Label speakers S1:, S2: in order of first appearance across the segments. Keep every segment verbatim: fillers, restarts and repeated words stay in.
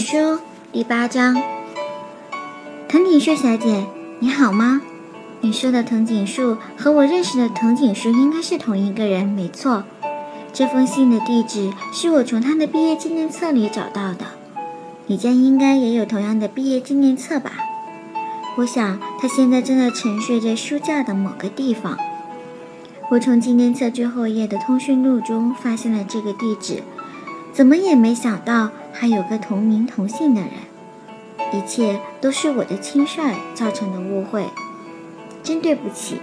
S1: 书第八章。藤井树小姐，你好吗？你说的藤井树和我认识的藤井树应该是同一个人，没错。这封信的地址是我从他的毕业纪念册里找到的。你家应该也有同样的毕业纪念册吧？我想他现在正在沉睡在书架的某个地方。我从纪念册最后页的通讯录中发现了这个地址，怎么也没想到还有个同名同姓的人。一切都是我的轻率造成的误会，真对不起。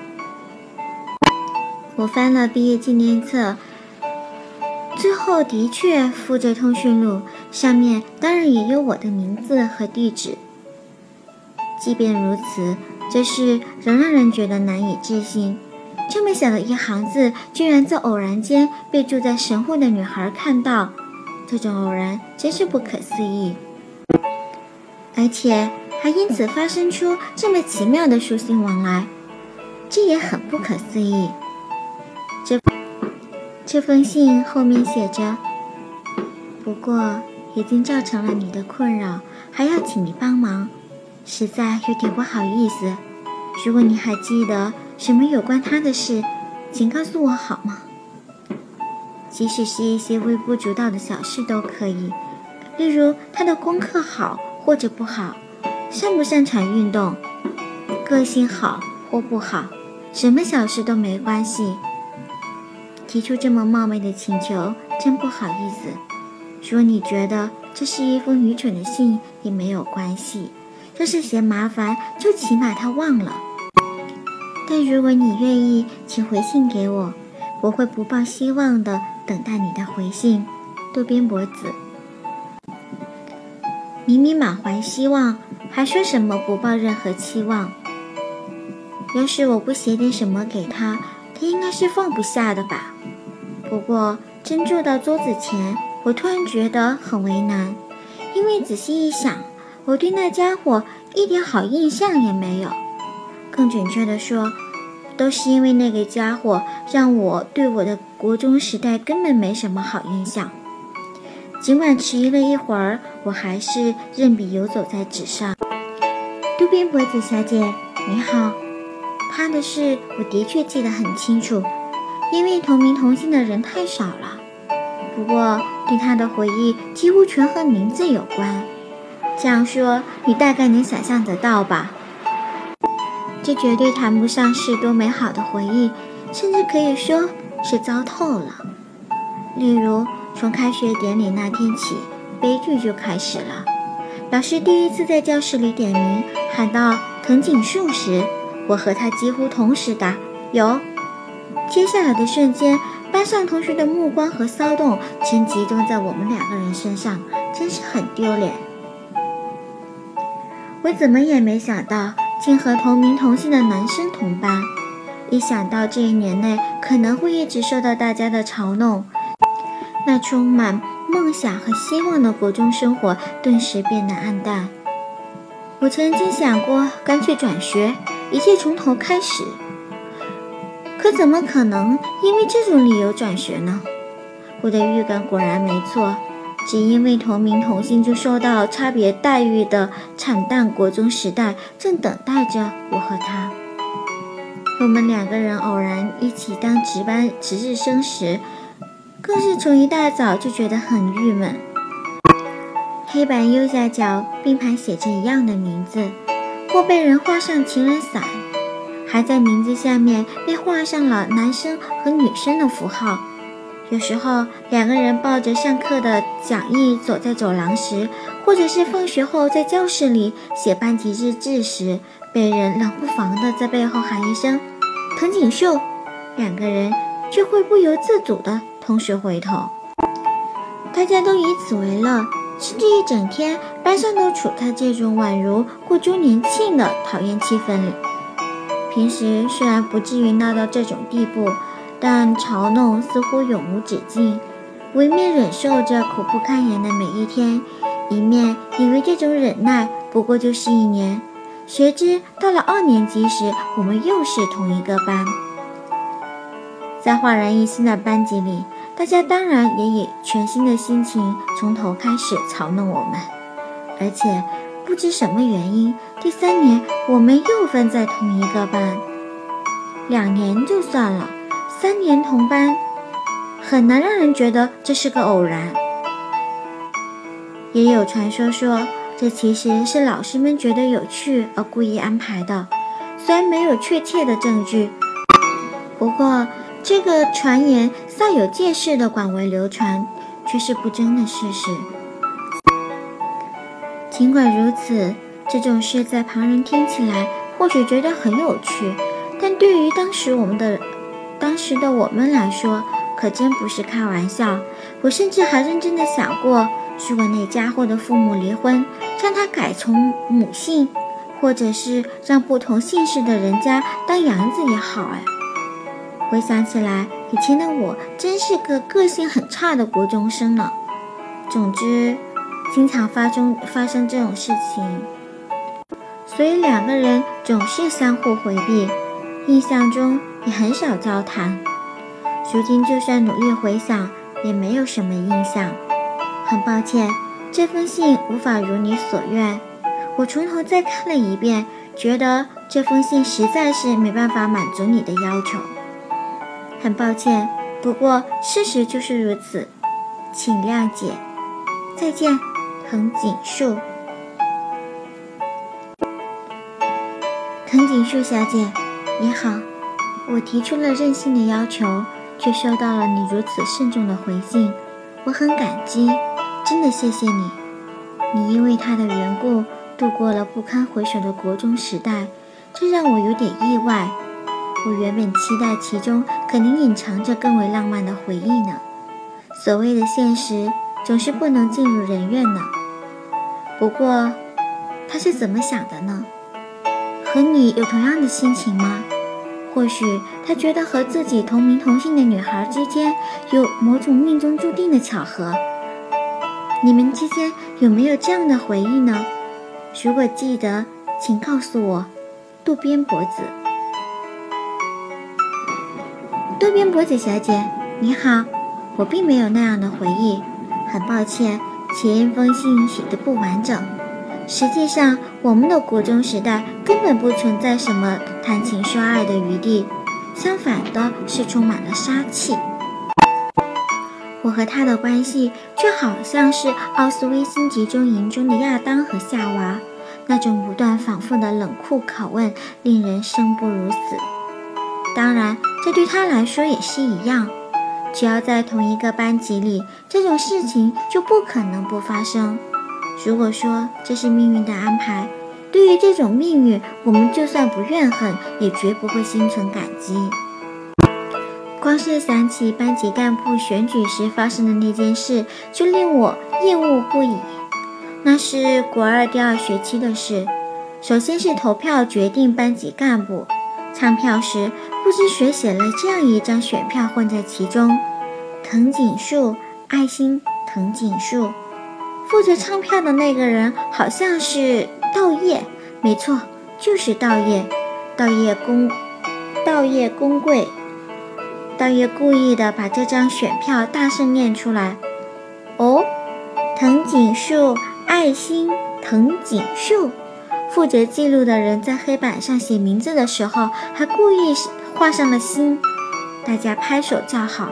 S1: 我翻了毕业纪念册，最后的确附着通讯录，上面当然也有我的名字和地址。即便如此，这事仍让人觉得难以置信。这么小的一行字，居然在偶然间被住在神户的女孩看到，这种偶然真是不可思议。而且还因此发生出这么奇妙的书信往来，这也很不可思议。这这封信后面写着，不过已经造成了你的困扰，还要请你帮忙，实在有点不好意思。如果你还记得什么有关他的事，请告诉我好吗？即使是一些微不足道的小事都可以，例如他的功课好或者不好，擅不擅长运动，个性好或不好，什么小事都没关系。提出这么冒昧的请求，真不好意思。如果你觉得这是一封愚蠢的信，也没有关系。要是嫌麻烦，就起码他忘了。但如果你愿意，请回信给我，我会不抱希望的等待你的回信。渡边博子。明明满怀希望，还说什么不抱任何期望。要是我不写点什么给他，他应该是放不下的吧。不过真坐到桌子前，我突然觉得很为难，因为仔细一想，我对那家伙一点好印象也没有。更准确地说，都是因为那个家伙让我对我的国中时代根本没什么好印象。尽管迟疑了一会儿，我还是任笔游走在纸上。渡边博子小姐，你好。他的事我的确记得很清楚，因为同名同姓的人太少了。不过对他的回忆几乎全和名字有关。这样说，你大概能想象得到吧？这绝对谈不上是多美好的回忆，甚至可以说是糟透了。例如，从开学典礼那天起，悲剧就开始了。老师第一次在教室里点名，喊到藤井树时，我和他几乎同时答有。接下来的瞬间，班上同学的目光和骚动全集中在我们两个人身上，真是很丢脸。我怎么也没想到竟和同名同姓的男生同班，一想到这一年内可能会一直受到大家的嘲弄，那充满梦想和希望的国中生活顿时变得暗淡。我曾经想过干脆转学，一切从头开始，可怎么可能因为这种理由转学呢？我的预感果然没错，只因为同名同姓就受到差别待遇的惨淡国中时代正等待着我和他。我们两个人偶然一起当值班值日生时，更是从一大早就觉得很郁闷。黑板右下角并排写着一样的名字，或被人画上情人伞，还在名字下面被画上了男生和女生的符号。有时候两个人抱着上课的讲义走在走廊时，或者是放学后在教室里写班级日志时，被人冷不防地在背后喊一声藤井树，两个人就会不由自主地同时回头。大家都以此为乐，甚至一整天班上都处在这种宛如过周年庆的讨厌气氛里。平时虽然不至于闹到这种地步，但嘲弄似乎永无止境。我一面忍受着苦不堪言的每一天，一面以为这种忍耐不过就是一年。谁知到了二年级时，我们又是同一个班。在焕然一新的班级里，大家当然也以全新的心情从头开始嘲弄我们。 而且不知什么原因，第三年我们又分在同一个班。两年就算了，三年同班，很难让人觉得这是个偶然。也有传说说，这其实是老师们觉得有趣而故意安排的，虽然没有确切的证据，不过这个传言煞有介事的广为流传，却是不争的事实。尽管如此，这种事在旁人听起来或许觉得很有趣，但对于当时我们的当时的我们来说，可真不是开玩笑。我甚至还认真的想过，如果那家伙的父母离婚，让他改从母姓，或者是让不同姓氏的人家当养子也好哎。回想起来，以前的我真是个个性很差的国中生呢。总之，经常发生发生这种事情，所以两个人总是相互回避，印象中也很少交谈。如今就算努力回想，也没有什么印象。很抱歉，这封信无法如你所愿。我从头再看了一遍，觉得这封信实在是没办法满足你的要求。很抱歉，不过事实就是如此，请谅解。再见，藤井树。藤井树小姐，你好，我提出了任性的要求，却收到了你如此慎重的回信，我很感激，真的谢谢你。你因为他的缘故度过了不堪回首的国中时代，这让我有点意外。我原本期待其中可能隐藏着更为浪漫的回忆呢。所谓的现实总是不能尽如人愿呢。不过他是怎么想的呢？和你有同样的心情吗？或许他觉得和自己同名同姓的女孩之间有某种命中注定的巧合。你们之间有没有这样的回忆呢？如果记得，请告诉我。渡边博子。渡边博子小姐，你好，我并没有那样的回忆，很抱歉，前一封信写得不完整。实际上，我们的国中时代根本不存在什么谈情说爱的余地，相反的是充满了杀气。我和他的关系就好像是奥斯威辛集中营中的亚当和夏娃，那种不断反复的冷酷拷问令人生不如死。当然，这对他来说也是一样，只要在同一个班级里，这种事情就不可能不发生。如果说这是命运的安排，对于这种命运，我们就算不怨恨，也绝不会心存感激。光是想起班级干部选举时发生的那件事，就令我厌恶不已。那是国二第二学期的事，首先是投票决定班级干部，唱票时不知谁写了这样一张选票混在其中：藤井树，爱心藤井树。负责唱票的那个人好像是稻叶，没错，就是稻叶。稻叶公稻叶公贵。稻叶故意的把这张选票大声念出来。哦，藤井树，爱心藤井树。负责记录的人在黑板上写名字的时候还故意画上了心，大家拍手叫好。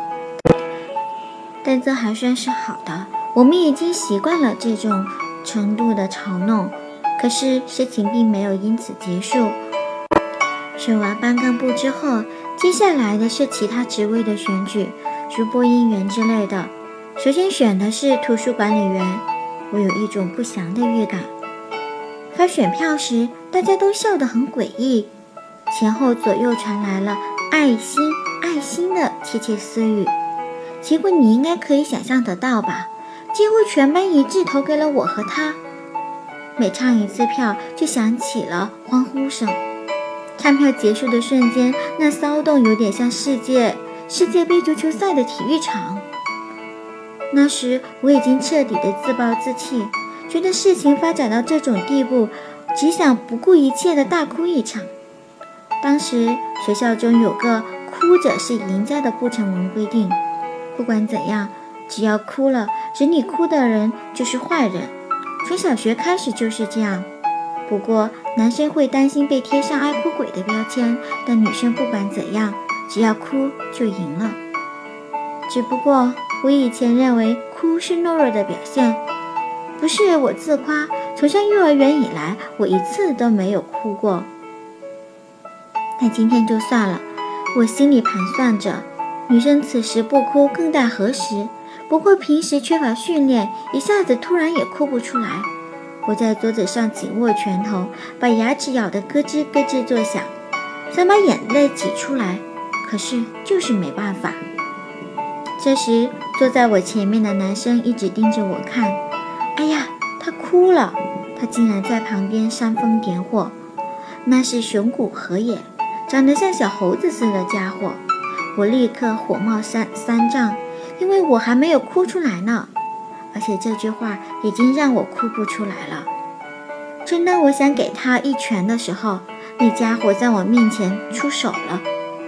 S1: 但这还算是好的，我们已经习惯了这种程度的嘲弄。可是事情并没有因此结束。选完班干部之后，接下来的是其他职位的选举，如播音员之类的。首先选的是图书管理员，我有一种不祥的预感。发选票时，大家都笑得很诡异，前后左右传来了爱心爱心的窃窃私语。结果你应该可以想象得到吧，几乎全班一致投给了我和他。每唱一次票就响起了欢呼声。唱票结束的瞬间，那骚动有点像世界世界杯足球赛的体育场。那时我已经彻底的自暴自弃，觉得事情发展到这种地步，只想不顾一切的大哭一场。当时学校中有个哭者是赢家的不成文规定，不管怎样，只要哭了，惹你哭的人就是坏人， 从小学开始就是这样。不过男生会担心被贴上爱哭鬼的标签，但女生不管怎样，只要哭就赢了。只不过我以前认为哭是懦弱的表现，不是我自夸，从上幼儿园以来，我一次都没有哭过。但今天就算了，我心里盘算着，女生此时不哭更待何时？不过平时缺乏训练，一下子突然也哭不出来。我在桌子上紧握拳头，把牙齿咬得咯吱咯吱作响，想把眼泪挤出来，可是就是没办法。这时坐在我前面的男生一直盯着我看，哎呀，他哭了，他竟然在旁边煽风点火。那是熊谷和也，长得像小猴子似的家伙。我立刻火冒三三丈，因为我还没有哭出来呢，而且这句话已经让我哭不出来了。正当我想给他一拳的时候，那家伙在我面前出手了。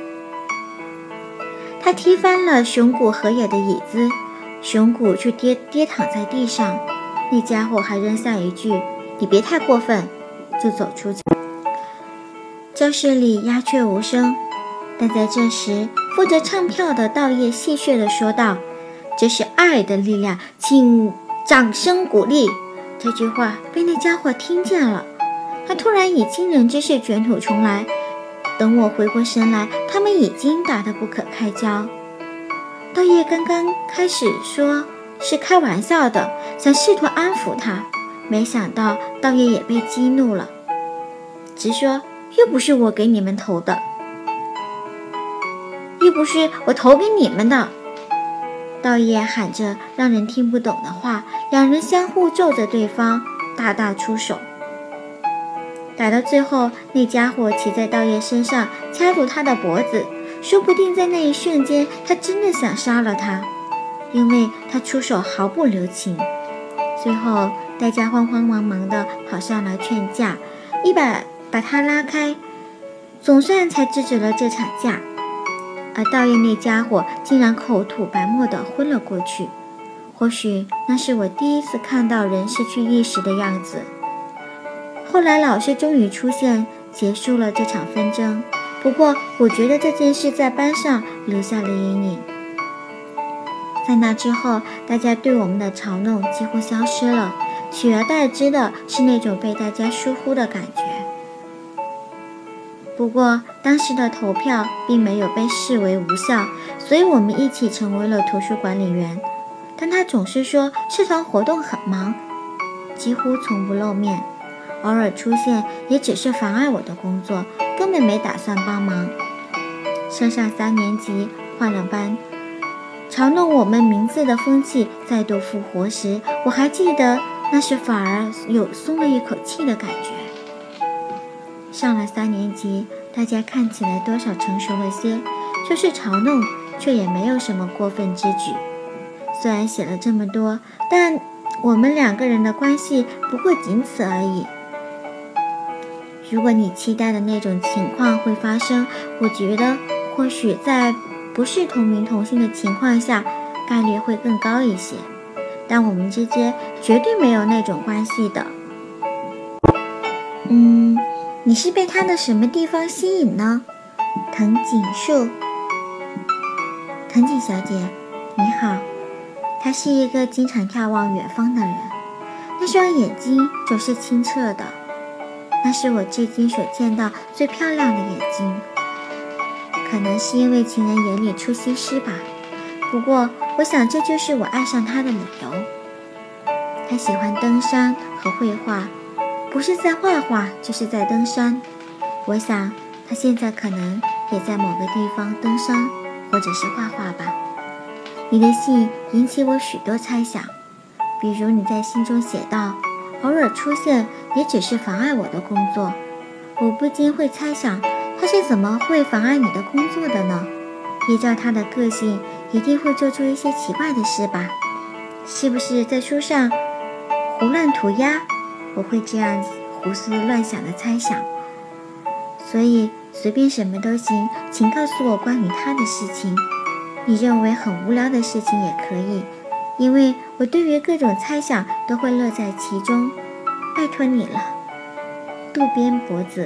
S1: 他踢翻了熊谷和也的椅子，熊谷却跌跌躺在地上。那家伙还扔下一句：“你别太过分”，就走出教室里鸦雀无声。但在这时，负责唱票的道叶戏谑地说道：“这是爱的力量，请掌声鼓励。”这句话被那家伙听见了，他突然以惊人之势卷土重来。等我回过神来，他们已经打得不可开交。道叶刚刚开始说是开玩笑的，想试图安抚他，没想到道叶也被激怒了，直说又不是我给你们投的，又不是我投给你们的。道叶喊着让人听不懂的话，两人相互咒着对方，大大出手。打到最后，那家伙骑在道叶身上，掐住他的脖子，说不定在那一瞬间，他真的想杀了他，因为他出手毫不留情。最后，大家慌慌忙忙地跑上来劝架，一把把他拉开，总算才制止了这场架。而道叶那家伙竟然口吐白沫地昏了过去。或许那是我第一次看到人失去意识的样子。后来老师终于出现，结束了这场纷争。不过我觉得这件事在班上留下了阴影。在那之后，大家对我们的嘲弄几乎消失了，取而代之的是那种被大家疏忽的感觉。不过当时的投票并没有被视为无效，所以我们一起成为了图书管理员。但他总是说社团活动很忙，几乎从不露面，偶尔出现也只是妨碍我的工作，根本没打算帮忙。升上三年级换了班，嘲弄我们名字的风气再度复活时，我还记得那时反而有松了一口气的感觉。上了三年级，大家看起来多少成熟了些，就是嘲弄却也没有什么过分之举。虽然写了这么多，但我们两个人的关系不过仅此而已。如果你期待的那种情况会发生，我觉得或许在不是同名同姓的情况下，概率会更高一些，但我们之间绝对没有那种关系的。嗯，你是被他的什么地方吸引呢？藤井树。藤井小姐，你好。他是一个经常眺望远方的人，那双眼睛总是清澈的，那是我至今所见到最漂亮的眼睛。可能是因为情人眼里出西施吧，不过我想这就是我爱上他的理由。他喜欢登山和绘画，不是在画画就是在登山。我想他现在可能也在某个地方登山或者是画画吧。你的信引起我许多猜想，比如你在信中写道，偶尔出现也只是妨碍我的工作。我不禁会猜想，他是怎么会妨碍你的工作的呢？依照他的个性，一定会做出一些奇怪的事吧？是不是在书上胡乱涂鸦？我会这样胡思乱想的猜想。所以随便什么都行，请告诉我关于他的事情。你认为很无聊的事情也可以， 因为我对于各种猜想都会乐在其中。拜托你了，渡边博子。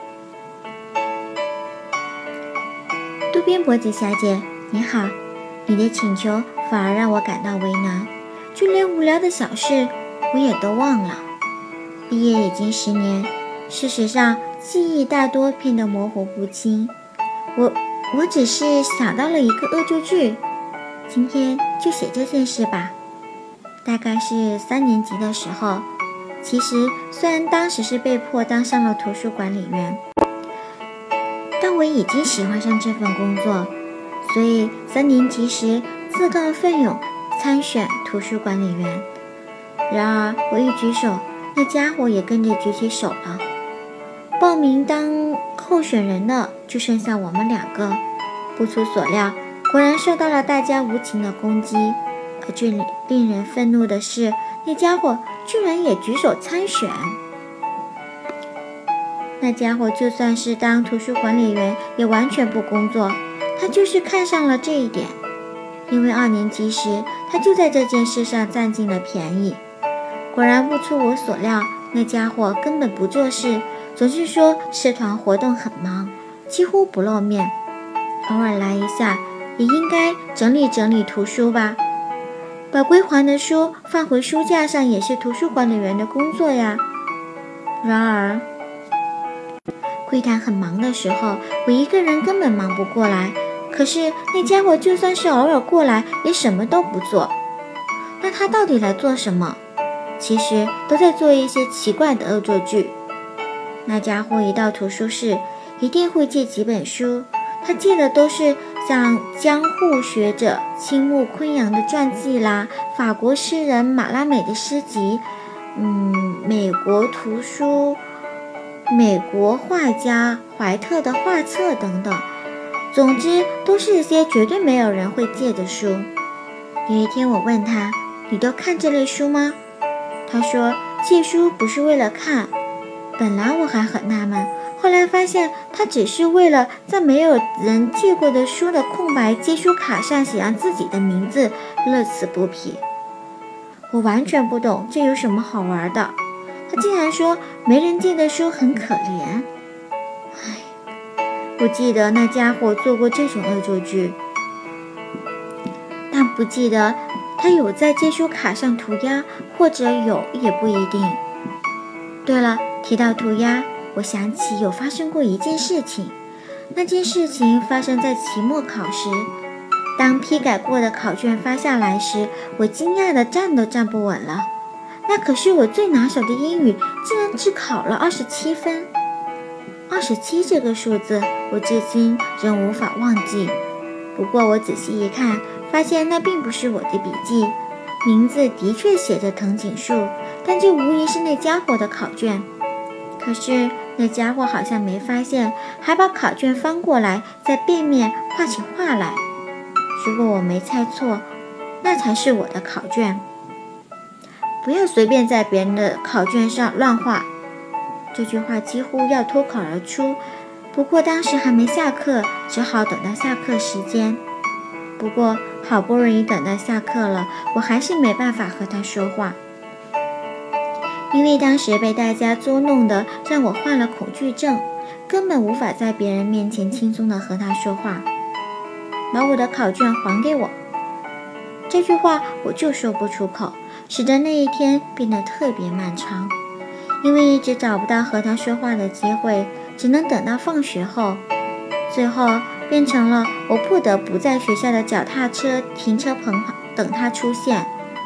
S1: 渡边博子小姐，你好，你的请求反而让我感到为难，就连无聊的小事我也都忘了。毕业已经十年，事实上记忆大多变得模糊不清。我我只是想到了一个恶作剧，今天就写这件事吧。大概是三年级的时候，其实虽然当时是被迫当上了图书管理员，但我已经喜欢上这份工作，所以三年级时自告奋勇参选图书管理员。然而我一举手，那家伙也跟着举起手了。报名当候选人的就剩下我们两个。不出所料，果然受到了大家无情的攻击。而最令人愤怒的是，那家伙居然也举手参选。那家伙就算是当图书管理员也完全不工作，他就是看上了这一点。因为二年级时他就在这件事上占尽了便宜。果然不出我所料，那家伙根本不做事，总是说社团活动很忙，几乎不露面，偶尔来一下，也应该整理整理图书吧。把归还的书放回书架上也是图书管理员的工作呀。然而柜台很忙的时候，我一个人根本忙不过来，可是那家伙就算是偶尔过来也什么都不做。那他到底来做什么？其实都在做一些奇怪的恶作剧。那家伙一到图书室一定会借几本书，他借的都是像江户学者青木昆阳的传记啦，法国诗人马拉美的诗集，嗯，美国图书美国画家怀特的画册等等，总之都是一些绝对没有人会借的书。有一天我问他，你都看这类书吗？他说借书不是为了看。本来我还很纳闷，后来发现他只是为了在没有人借过的书的空白借书卡上写上自己的名字，乐此不疲。我完全不懂这有什么好玩的，他竟然说没人借的书很可怜。唉，我记得那家伙做过这种恶作剧，但不记得他有在借书卡上涂鸦，或者有也不一定。对了，提到涂鸦，我想起有发生过一件事情。那件事情发生在期末考时，当批改过的考卷发下来时，我惊讶的站都站不稳了。那可是我最拿手的英语，竟然只考了二十七分。二十七这个数字，我至今仍无法忘记。不过我仔细一看，发现那并不是我的笔记，名字的确写着藤井树，但这无疑是那家伙的考卷。可是那家伙好像没发现，还把考卷翻过来，在背面画起画来。如果我没猜错，那才是我的考卷。不要随便在别人的考卷上乱画。这句话几乎要脱口而出，不过当时还没下课，只好等到下课时间。不过好不容易等到下课了，我还是没办法和他说话。因为当时被大家捉弄的让我患了恐惧症，根本无法在别人面前轻松地和他说话。把我的考卷还给我，这句话我就说不出口，使得那一天变得特别漫长。因为一直找不到和他说话的机会，只能等到放学后，最后变成了我不得不在学校的脚踏车停车棚等他出现。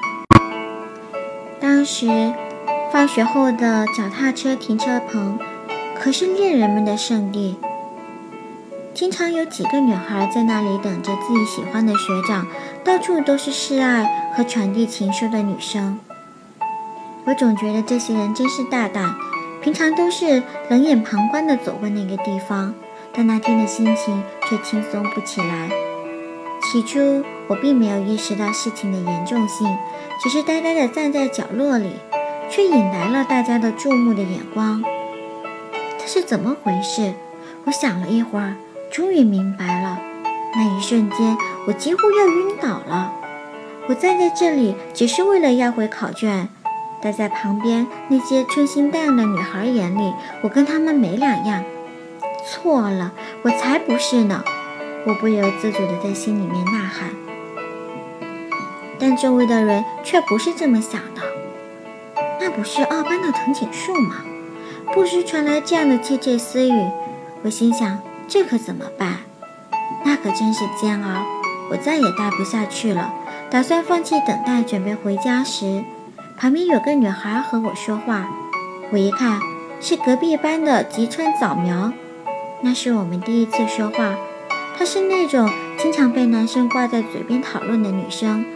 S1: 当时放学后的脚踏车停车棚可是恋人们的圣地，经常有几个女孩在那里等着自己喜欢的学长，到处都是示爱和传递情书的女生。我总觉得这些人真是大胆，平常都是冷眼旁观地走过那个地方，但那天的心情却轻松不起来。起初我并没有意识到事情的严重性，只是呆呆地站在角落里，却引来了大家的注目的眼光。这是怎么回事？我想了一会儿，终于明白了。那一瞬间我几乎要晕倒了。 我站在这里只是为了要回考卷，但在旁边那些春心荡漾的女孩眼里，我跟她们没两样。错了，我才不是呢！我不由自主地在心里面呐喊。但周围的人却不是这么想的。那不是二班的藤井树吗？不时传来这样的窃窃私语。我心想，这可怎么办？那可真是煎熬。我再也待不下去了，打算放弃等待，准备回家时，旁边有个女孩和我说话。我一看，是隔壁班的吉川早苗。那是我们第一次说话。她是那种经常被男生挂在嘴边讨论的女生，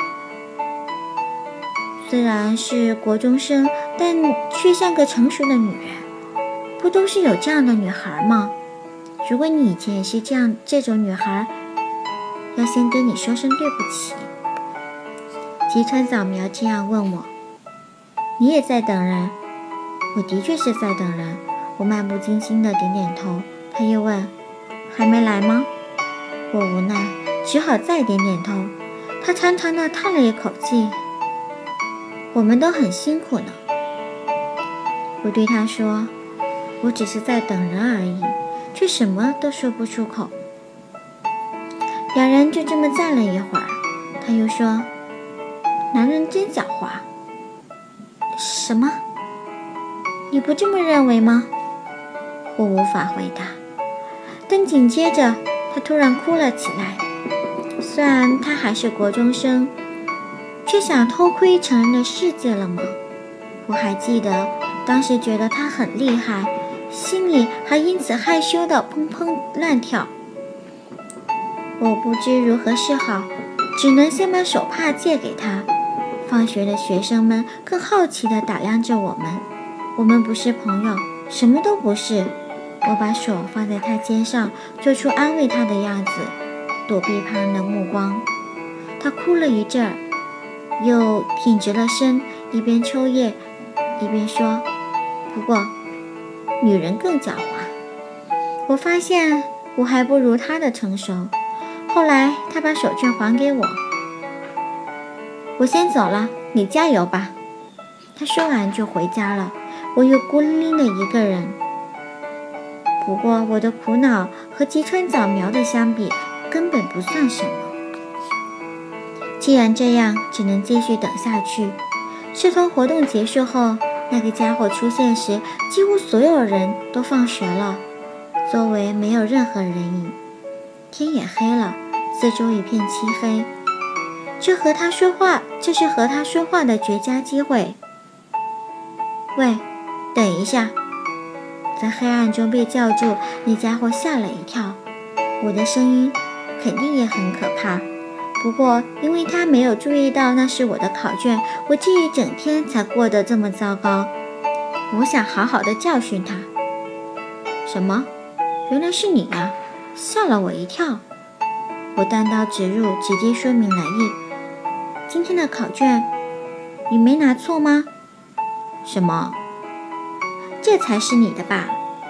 S1: 虽然是国中生，但却像个成熟的女人。不都是有这样的女孩吗？如果你以前也是这样这种女孩，要先跟你说声对不起。吉川早苗这样问我。你也在等人？我的确是在等人。我漫不经心地点点头。他又问，还没来吗？我无奈，只好再点点头。他长长地叹了一口气。我们都很辛苦呢。我对他说，我只是在等人而已，却什么都说不出口。两人就这么站了一会儿，他又说，男人真狡猾。什么？你不这么认为吗？我无法回答。但紧接着他突然哭了起来。虽然他还是国中生，却想偷窥成人的世界了吗？我还记得当时觉得他很厉害，心里还因此害羞的砰砰乱跳。我不知如何是好，只能先把手帕借给他。放学的学生们更好奇地打量着我们。我们不是朋友，什么都不是。我把手放在他肩上，做出安慰他的样子，躲避旁人的目光。他哭了一阵儿，又挺直了身，一边抽噎一边说，不过女人更狡猾。我发现我还不如他的成熟。后来他把手绢还给我。我先走了，你加油吧。他说完就回家了。我又孤零零的一个人。不过我的苦恼和吉川早苗的相比根本不算什么。既然这样，只能继续等下去。社团活动结束后，那个家伙出现时，几乎所有人都放学了，周围没有任何人影。天也黑了，四周一片漆黑。这和他说话，这是和他说话的绝佳机会。喂，等一下！在黑暗中被叫住，那家伙吓了一跳。我的声音肯定也很可怕，不过因为他没有注意到那是我的考卷，我这一整天才过得这么糟糕。我想好好的教训他。什么？原来是你啊！吓了我一跳。我单刀直入，直接说明来意。今天的考卷你没拿错吗？什么？这才是你的吧？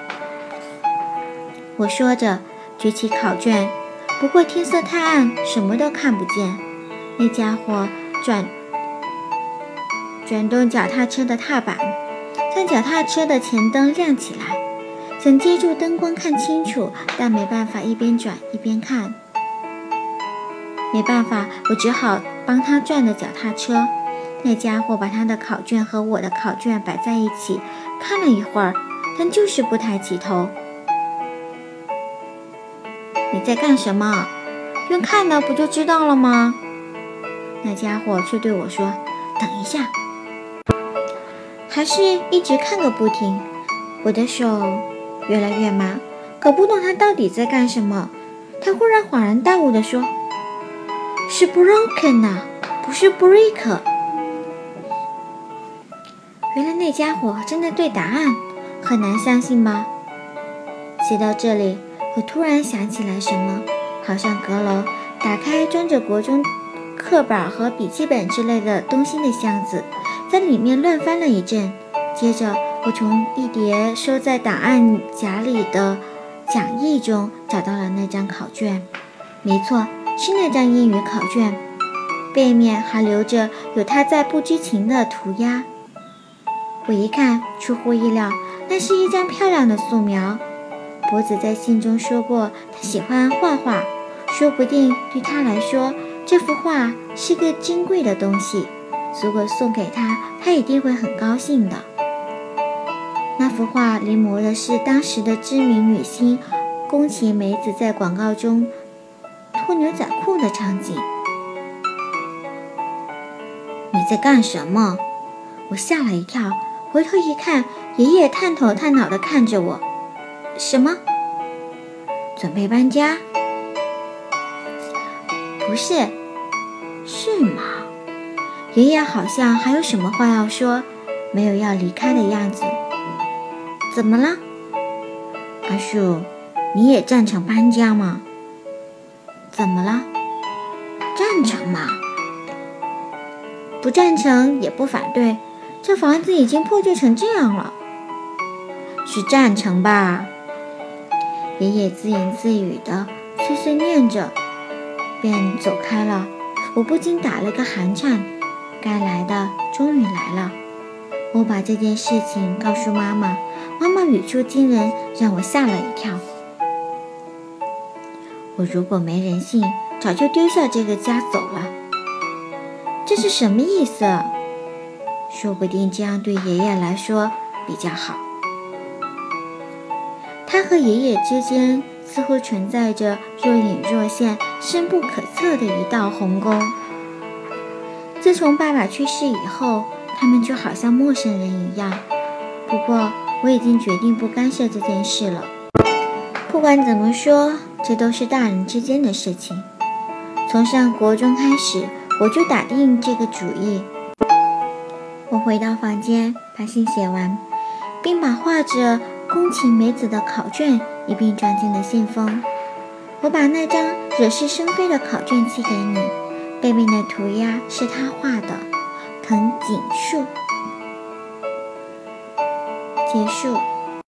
S1: 我说着举起考卷，不过天色太暗，什么都看不见。那家伙转转动脚踏车的踏板，让脚踏车的前灯亮起来。想借助灯光看清楚，但没办法一边转一边看。没办法，我只好帮他转了脚踏车。那家伙把他的考卷和我的考卷摆在一起，看了一会儿，但就是不抬起头。你在干什么？用看了不就知道了吗？那家伙却对我说，等一下。还是一直看个不停。我的手越来越麻，搞不懂他到底在干什么。他忽然恍然大悟地说，是 broken 啊，不是 break。原来那家伙真的对答案，很难相信吧？写到这里，我突然想起来什么，跑上阁楼，打开装着国中课本和笔记本之类的东西的箱子，在里面乱翻了一阵。接着我从一叠收在档案夹里的讲义中找到了那张考卷。没错，是那张英语考卷。 背面还留着有他在不知情的涂鸦。我一看，出乎意料，那是一张漂亮的素描。博子在信中说过，他喜欢画画，说不定对他来说，这幅画是个珍贵的东西。如果送给他，他一定会很高兴的。那幅画临摹的是当时的知名女星宫崎美子在广告中脱牛仔裤的场景。你在干什么？我吓了一跳，回头一看，爷爷探头探脑地看着我。什么？准备搬家？不是。是吗？爷爷好像还有什么话要说，没有要离开的样子。怎么了？阿树，你也赞成搬家吗？怎么了？赞成嘛。不赞成也不反对，这房子已经破旧成这样了。是赞成吧？爷爷自言自语地碎碎念着，便走开了。我不禁打了个寒颤，该来的终于来了。我把这件事情告诉妈妈，妈妈语出惊人，让我吓了一跳。我如果没人性，早就丢下这个家走了。这是什么意思？说不定这样对爷爷来说比较好。他和爷爷之间似乎存在着若隐若现、深不可测的一道鸿沟。自从爸爸去世以后，他们就好像陌生人一样。不过我已经决定不干涉这件事了。不管怎么说，这都是大人之间的事情。从上国中开始，我就打定这个主意。我回到房间，把信写完，并把画着宫崎美子的考卷一并装进了信封。我把那张惹是生非的考卷寄给你，背面的涂鸦是他画的藤井树。结束。